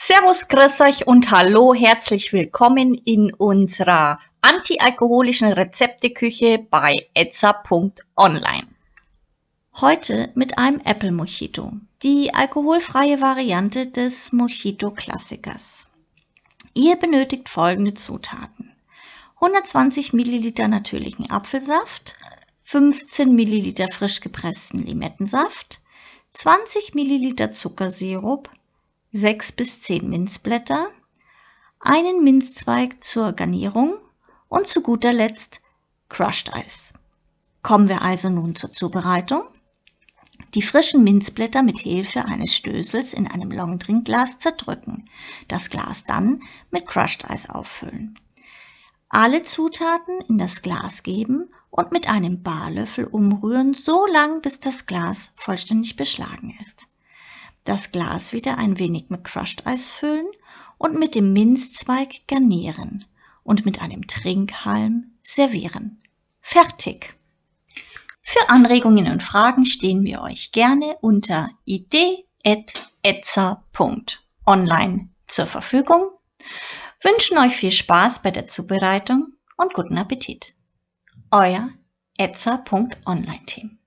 Servus, grüß euch und hallo, herzlich willkommen in unserer antialkoholischen Rezepteküche bei etza.online. Heute mit einem Apple Mojito, die alkoholfreie Variante des Mojito-Klassikers. Ihr benötigt folgende Zutaten: 120 Milliliter natürlichen Apfelsaft, 15 Milliliter frisch gepressten Limettensaft, 20 Milliliter Zuckersirup, 6 bis 10 Minzblätter, einen Minzzweig zur Garnierung und zu guter Letzt Crushed Eis. Kommen wir also nun zur Zubereitung. Die frischen Minzblätter mit Hilfe eines Stößels in einem Longdrinkglas zerdrücken, das Glas dann mit Crushed Eis auffüllen. Alle Zutaten in das Glas geben und mit einem Barlöffel umrühren, so lang bis das Glas vollständig beschlagen ist. Das Glas wieder ein wenig mit Crushed Eis füllen und mit dem Minzzweig garnieren und mit einem Trinkhalm servieren. Fertig! Für Anregungen und Fragen stehen wir euch gerne unter idee@etza.online zur Verfügung, wünschen euch viel Spaß bei der Zubereitung und guten Appetit. Euer etza.online-Team.